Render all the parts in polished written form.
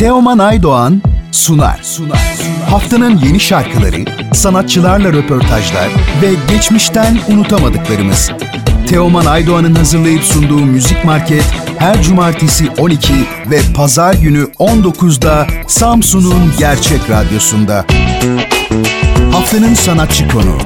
Teoman Aydoğan sunar. Haftanın yeni şarkıları, sanatçılarla röportajlar ve geçmişten unutamadıklarımız. Teoman Aydoğan'ın hazırlayıp sunduğu Müzik Market her cumartesi 12 ve pazar günü 19'da Samsun'un Gerçek Radyosu'nda. Haftanın sanatçı konuğu.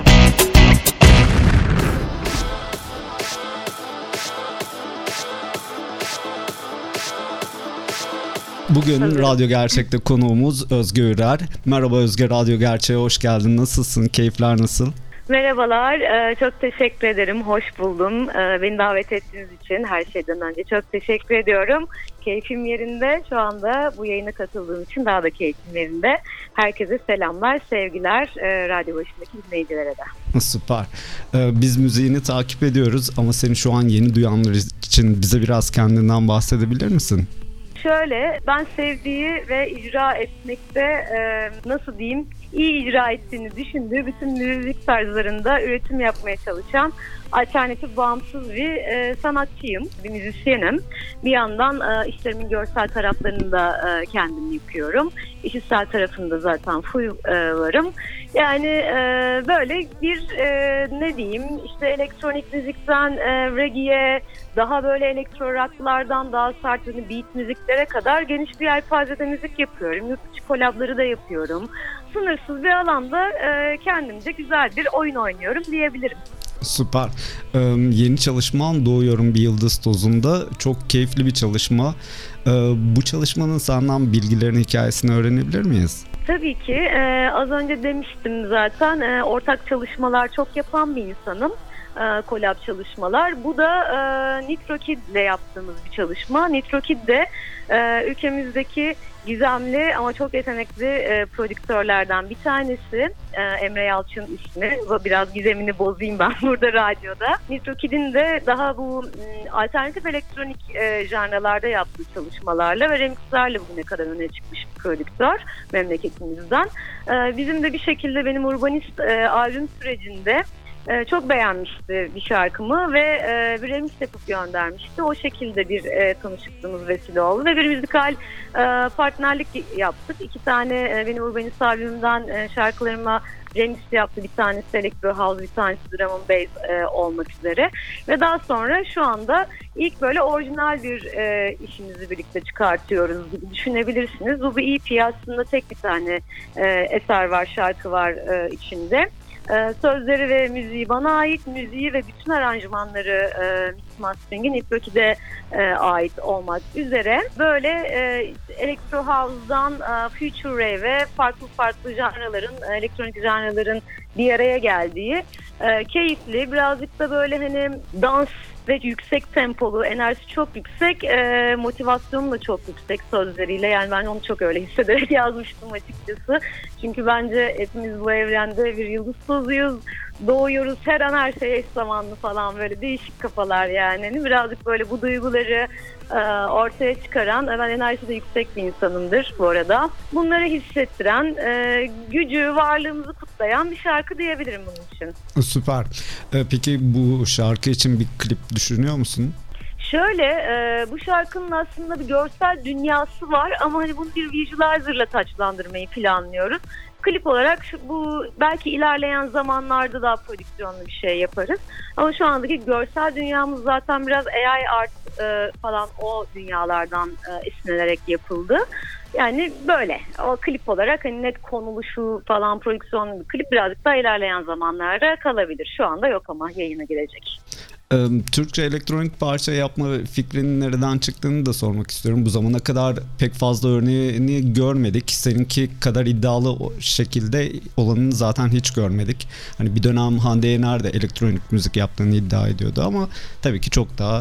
Bugün Radyo Gerçek'te konuğumuz Özge Ürer. Merhaba Özge, Radyo Gerçek'e hoş geldin. Nasılsın? Keyifler nasıl? Merhabalar, çok teşekkür ederim. Hoş buldum. Beni davet ettiğiniz için her şeyden önce çok teşekkür ediyorum. Keyfim yerinde. Şu anda bu yayına katıldığım için daha da keyfim yerinde. Herkese selamlar, sevgiler. Radyo başındaki dinleyicilere de. Süper. Biz müziğini takip ediyoruz ama seni şu an yeni duyanlar için bize biraz kendinden bahsedebilir misin? Şöyle, ben sevdiği ve icra etmekte nasıl diyeyim, iyi icra ettiğini düşündüğü bütün müzik tarzlarında üretim yapmaya çalışan alternatif, bağımsız bir sanatçıyım, bir müzisyenim. Bir yandan işlerimin görsel taraflarını da kendim yapıyorum. İşitsel tarafında zaten full varım. Yani böyle bir ne diyeyim, işte elektronik müzikten reggae'ye, daha böyle elektro rock'lardan daha sert beat müziklere kadar geniş bir yelpazede müzik yapıyorum. Yurt dışı kolabları da yapıyorum. Sınırsız bir alanda kendimce güzel bir oyun oynuyorum diyebilirim. Süper. Yeni çalışman Doğuyorum Bir Yıldız Tozu'nda. Çok keyifli bir çalışma. Bu çalışmanın senden bilgilerini, hikayesini öğrenebilir miyiz? Tabii ki. Az önce demiştim zaten. Ortak çalışmalar çok yapan bir insanım. Kolab çalışmalar. Bu da Nitrokid ile yaptığımız bir çalışma. Nitrokid de ülkemizdeki gizemli ama çok yetenekli prodüktörlerden bir tanesi. Emre Yalçın ismi. Biraz gizemini bozayım ben burada radyoda. Nitrokid'in de daha bu alternatif elektronik janralarda yaptığı çalışmalarla ve remixlerle bugüne kadar öne çıkmış bir prodüktör memleketimizden. Bizim de bir şekilde benim Urbanist albüm sürecinde çok beğenmişti bir şarkımı ve bir remix yapıp göndermişti. O şekilde bir tanışıklığımız vesile oldu ve bir müzikal partnerlik yaptık. 2 tane benim Urbanist albümümden şarkılarıma remix yaptı. Bir tanesi Electro House, bir tanesi Drum and Bass olmak üzere. Ve daha sonra şu anda ilk böyle orijinal bir işimizi birlikte çıkartıyoruz gibi düşünebilirsiniz. Bu bir EP, aslında tek bir tane eser var, şarkı var içinde. Sözleri ve müziği bana ait, müziği ve bütün aranjmanları Mix Mastering'in Nitrokid'e ait olmak üzere böyle Electro House'dan Future Rave'e farklı janraların, elektronik janraların bir araya geldiği keyifli, birazcık da böyle hani dans ve yüksek tempolu, enerjisi çok yüksek, motivasyonu da çok yüksek sözleriyle. Yani ben onu çok öyle hissederek yazmıştım açıkçası. Çünkü bence hepimiz bu evrende bir yıldız tozuyuz. Doğuyoruz, her an her şey eş zamanlı falan, böyle değişik kafalar yani. Hani birazcık böyle bu duyguları ortaya çıkaran, ben enerjisi de yüksek bir insanımdır bu arada. Bunları hissettiren, gücü, varlığımızı kutlayan bir şarkı diyebilirim bunun için. Süper. Peki bu şarkı için bir klip düşünüyor musun? Şöyle, bu şarkının aslında bir görsel dünyası var ama hani bunu bir visualizer'la taçlandırmayı planlıyoruz. Klip olarak bu belki ilerleyen zamanlarda daha prodüksiyonlu bir şey yaparız. Ama şu andaki görsel dünyamız zaten biraz AI art falan, o dünyalardan esinlenerek yapıldı. Yani böyle o klip olarak hani net konuluşu falan, prodüksiyonlu bir klip birazcık daha ilerleyen zamanlarda kalabilir. Şu anda yok ama yayına girecek. Türkçe elektronik parça yapma fikrinin nereden çıktığını da sormak istiyorum. Bu zamana kadar pek fazla örneğini görmedik. Seninki kadar iddialı şekilde olanını zaten hiç görmedik. Hani bir dönem Hande Yener de elektronik müzik yaptığını iddia ediyordu ama tabii ki çok daha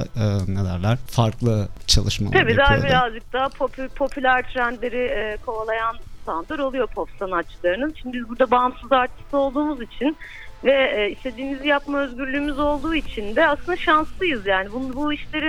farklı çalışmalar tabii yapıyordu. Tabii daha birazcık daha popüler trendleri kovalayan soundlar oluyor pop sanatçılarının. Şimdi biz burada bağımsız artist olduğumuz için ve istediğimizi yapma özgürlüğümüz olduğu için de aslında şanslıyız yani. Bu işlerin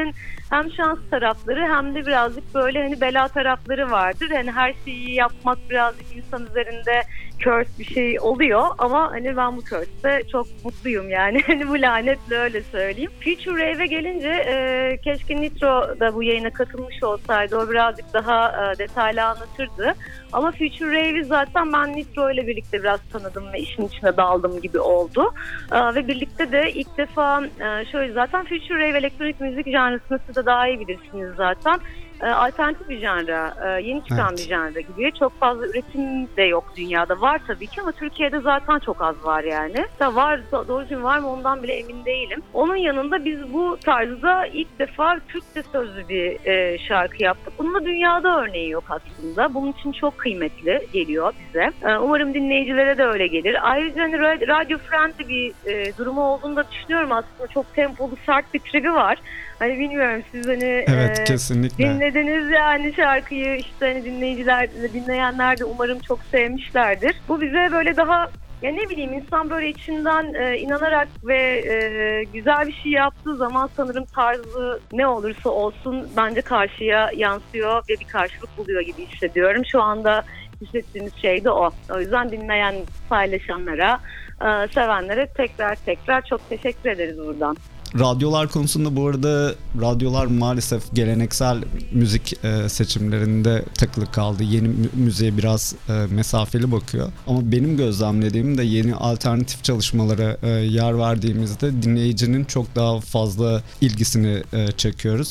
hem şans tarafları hem de birazcık böyle hani bela tarafları vardır. Hani her şeyi yapmak birazcık insan üzerinde curse bir şey oluyor ama hani ben bu curse'de çok mutluyum yani. Hani bu lanetle öyle söyleyeyim. Future Rave'e gelince keşke Nitro da bu yayına katılmış olsaydı. O birazcık daha detaylı anlatırdı. Ama Future Rave'i zaten ben Nitro ile birlikte biraz tanıdım ve işin içine daldım gibi oldu. Ve birlikte de ilk defa şöyle zaten Future Rave elektronik müzik janrısını siz de daha iyi bilirsiniz zaten. Alternatif bir janra, yeni çıkan bir janra gibi. Çok fazla üretim de yok dünyada. Var tabii ki ama Türkiye'de zaten çok az var yani. Var, doğru düzgün var mı ondan bile emin değilim. Onun yanında biz bu tarzda ilk defa Türkçe sözlü bir şarkı yaptık. Bunun da dünyada örneği yok aslında. Bunun için çok kıymetli geliyor bize. Umarım dinleyicilere de öyle gelir. Ayrıca hani radio friendly bir durumu olduğunu da düşünüyorum aslında. Çok tempolu, sert bir tribi var. Hani bilmiyorum siz hani evet, kesinlikle dinlediniz yani şarkıyı, işte hani dinleyenler de umarım çok sevmişlerdir. Bu bize böyle daha ya ne bileyim insan böyle içinden inanarak ve güzel bir şey yaptığı zaman sanırım tarzı ne olursa olsun bence karşıya yansıyor ve bir karşılık buluyor gibi hissediyorum. Şu anda hissettiğimiz şey de o. O yüzden dinleyen, paylaşanlara, sevenlere tekrar çok teşekkür ederiz buradan. Radyolar konusunda bu arada radyolar maalesef geleneksel müzik seçimlerinde takılı kaldı. Yeni müziğe biraz mesafeli bakıyor. Ama benim gözlemlediğim de yeni alternatif çalışmalara yer verdiğimizde dinleyicinin çok daha fazla ilgisini çekiyoruz.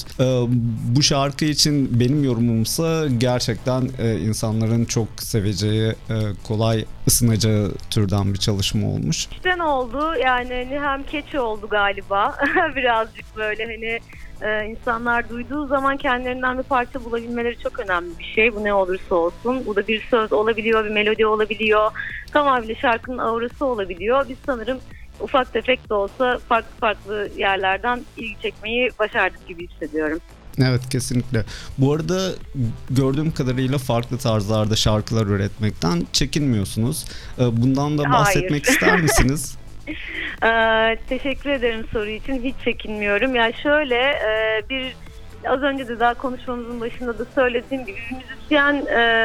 Bu şarkı için benim yorumumsa gerçekten insanların çok seveceği, kolay ısınacağı türden bir çalışma olmuş. İşte ne oldu? Yani hem catchy oldu galiba. Birazcık böyle hani insanlar duyduğu zaman kendilerinden bir parça bulabilmeleri çok önemli bir şey. Bu ne olursa olsun. Bu da bir söz olabiliyor, bir melodi olabiliyor. Tamamıyla şarkının aurası olabiliyor. Biz sanırım ufak tefek de olsa farklı yerlerden ilgi çekmeyi başardık gibi hissediyorum. Evet, kesinlikle. Bu arada gördüğüm kadarıyla farklı tarzlarda şarkılar üretmekten çekinmiyorsunuz. Bundan da bahsetmek ister misiniz? Teşekkür ederim soru için. Hiç çekinmiyorum. Yani şöyle az önce de daha konuşmamızın başında da söylediğim gibi müzisyen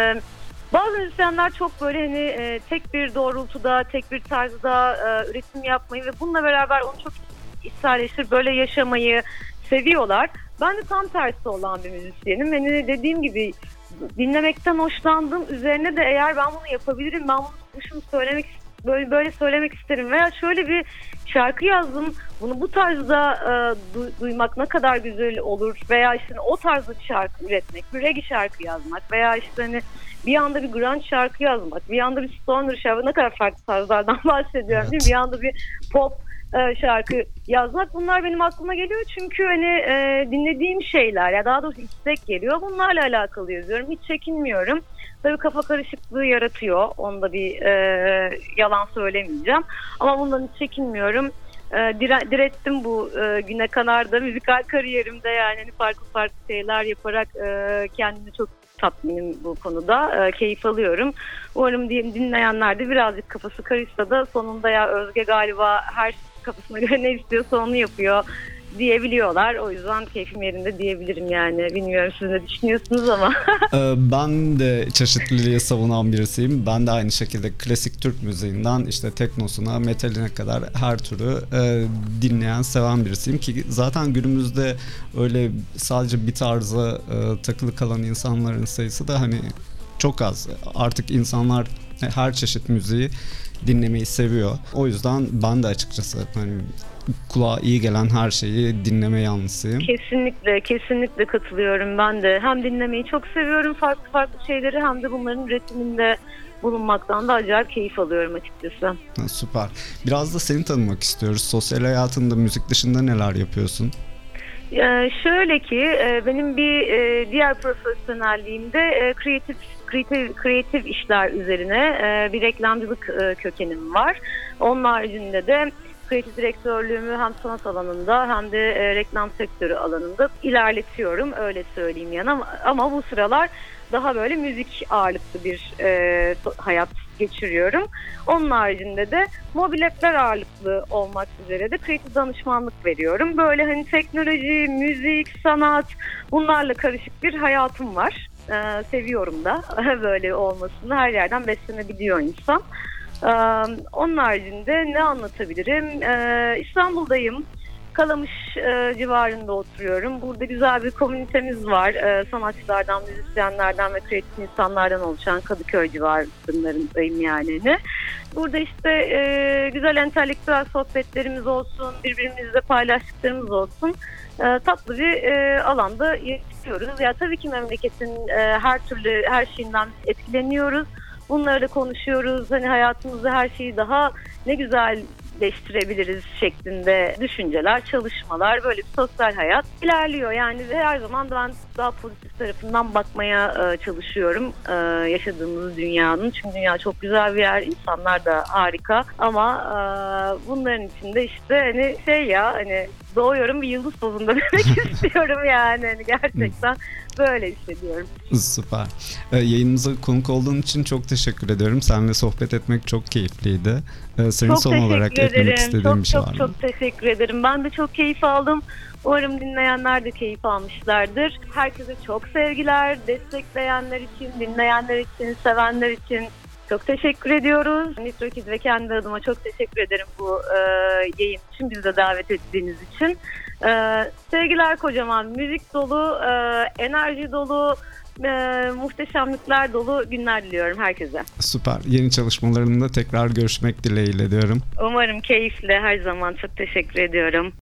bazı müzisyenler çok böyle hani tek bir doğrultuda, tek bir tarzda üretim yapmayı ve bununla beraber onu çok içselleştirip böyle yaşamayı seviyorlar. Ben de tam tersi olan bir müzisyenim. Yani dediğim gibi dinlemekten hoşlandım. Üzerine de eğer ben bunu yapabilirim, ben şunu söylemek böyle söylemek isterim veya şöyle bir şarkı yazdım, bunu bu tarzda duymak ne kadar güzel olur veya işte o tarzda bir şarkı üretmek, bir reggae şarkı yazmak veya işte hani bir anda bir grunge şarkı yazmak, bir anda bir stoner şarkı, ne kadar farklı tarzlardan bahsediyorum, değil mi? Bir anda bir pop şarkı yazmak, bunlar benim aklıma geliyor çünkü hani dinlediğim şeyler ya daha doğrusu istek geliyor, bunlarla alakalı yazıyorum, hiç çekinmiyorum. Tabii kafa karışıklığı yaratıyor, onda bir yalan söylemeyeceğim ama bundan hiç çekinmiyorum. Direttim bu güne kadar da müzikal kariyerimde, yani hani farklı şeyler yaparak kendimi çok tatminim bu konuda, keyif alıyorum. Umarım dinleyenler de birazcık kafası karışsa da sonunda ya Özge galiba her kafasına göre ne istiyorsa onu yapıyor diyebiliyorlar. O yüzden keyfim yerinde diyebilirim yani. Bilmiyorum siz ne düşünüyorsunuz ama. Ben de çeşitliliği savunan birisiyim. Ben de aynı şekilde klasik Türk müziğinden işte teknosuna, metaline kadar her türü dinleyen, seven birisiyim ki zaten günümüzde öyle sadece bir tarza takılı kalan insanların sayısı da hani çok az. Artık insanlar her çeşit müziği dinlemeyi seviyor. O yüzden ben de açıkçası hani kulağa iyi gelen her şeyi dinleme yanlısıyım. Kesinlikle katılıyorum ben de. Hem dinlemeyi çok seviyorum, farklı şeyleri, hem de bunların üretiminde bulunmaktan da acayip keyif alıyorum açıkçası. Ha, süper. Biraz da seni tanımak istiyoruz. Sosyal hayatında müzik dışında neler yapıyorsun? Şöyle ki benim bir diğer profesyonelliğimde kreatif işler üzerine bir reklamcılık kökenim var. Onun haricinde de kreatif direktörlüğümü hem sanat alanında hem de reklam sektörü alanında ilerletiyorum, öyle söyleyeyim yani. Ama bu sıralar daha böyle müzik ağırlıklı bir hayat geçiriyorum. Onun haricinde de mobil app'ler ağırlıklı olmak üzere de kreatif danışmanlık veriyorum. Böyle hani teknoloji, müzik, sanat bunlarla karışık bir hayatım var. Seviyorum da böyle olmasını, her yerden beslenebiliyor insan. Onun haricinde ne anlatabilirim? İstanbul'dayım. Kalamış civarında oturuyorum. Burada güzel bir komünitemiz var. Sanatçılardan, müzisyenlerden ve kreatif insanlardan oluşan Kadıköy civarlarındayım yani. Burada işte güzel entelektüel sohbetlerimiz olsun, birbirimizle paylaştıklarımız olsun. Tatlı bir alanda yaşıyoruz. Ya tabii ki memleketin her şeyinden etkileniyoruz. Bunları da konuşuyoruz. Hani hayatımızda her şeyi daha ne güzelleştirebiliriz şeklinde düşünceler, çalışmalar, böyle bir sosyal hayat ilerliyor. Yani her zaman ben daha pozitif tarafından bakmaya çalışıyorum yaşadığımız dünyanın. Çünkü dünya çok güzel bir yer, insanlar da harika. Ama bunların içinde işte hani doğuyorum bir yıldız pozunda demek istiyorum yani. Hani gerçekten böyle hissediyorum. Süper. Yayınımıza konuk olduğun için çok teşekkür ediyorum. Seninle sohbet etmek çok keyifliydi. Senin çok son olarak eklemek istediğin bir şey var mı? Çok teşekkür ederim. Ben de çok keyif aldım. Umarım dinleyenler de keyif almışlardır. Herkese çok sevgiler. Destekleyenler için, dinleyenler için, sevenler için çok teşekkür ediyoruz. NitroKid ve kendi adıma çok teşekkür ederim bu yayın için, bizi de davet ettiğiniz için. Sevgiler kocaman, müzik dolu, enerji dolu, muhteşemlikler dolu günler diliyorum herkese. Süper. Yeni çalışmalarında tekrar görüşmek dileğiyle diyorum. Umarım keyifle, her zaman çok teşekkür ediyorum.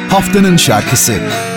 Haftanın şarkısı.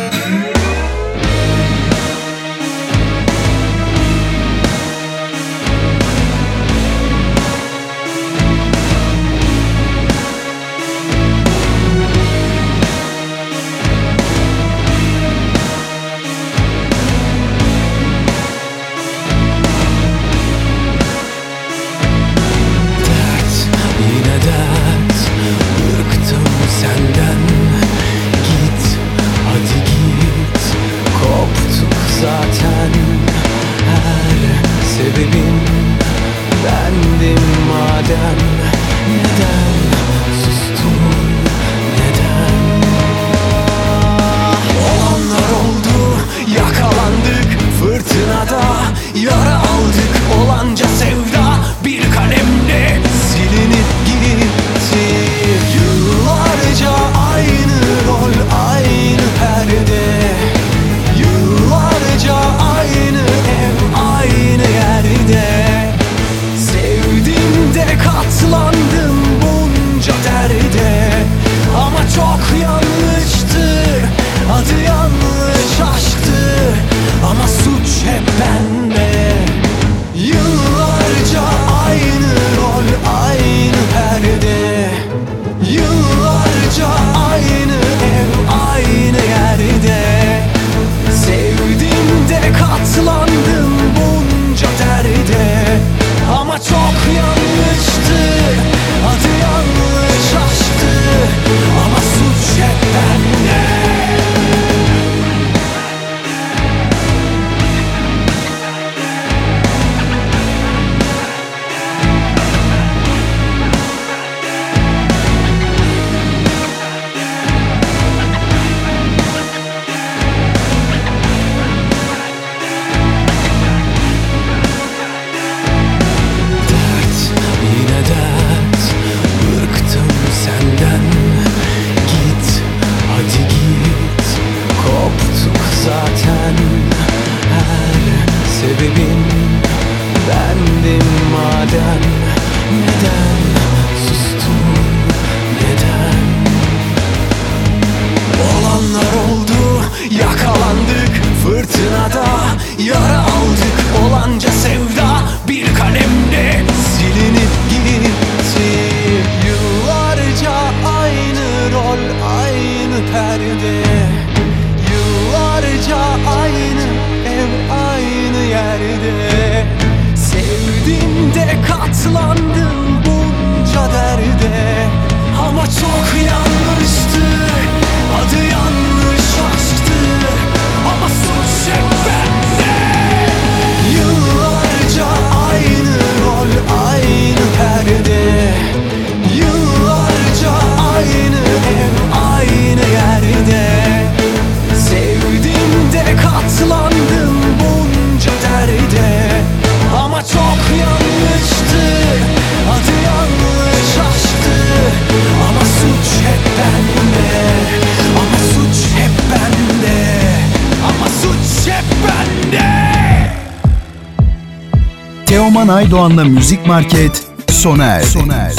Teoman Aydoğan'la Müzik Market sona erdi.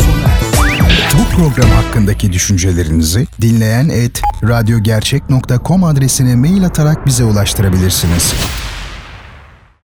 Bu program hakkındaki düşüncelerinizi dinleyen @radyogercek.com adresine mail atarak bize ulaştırabilirsiniz.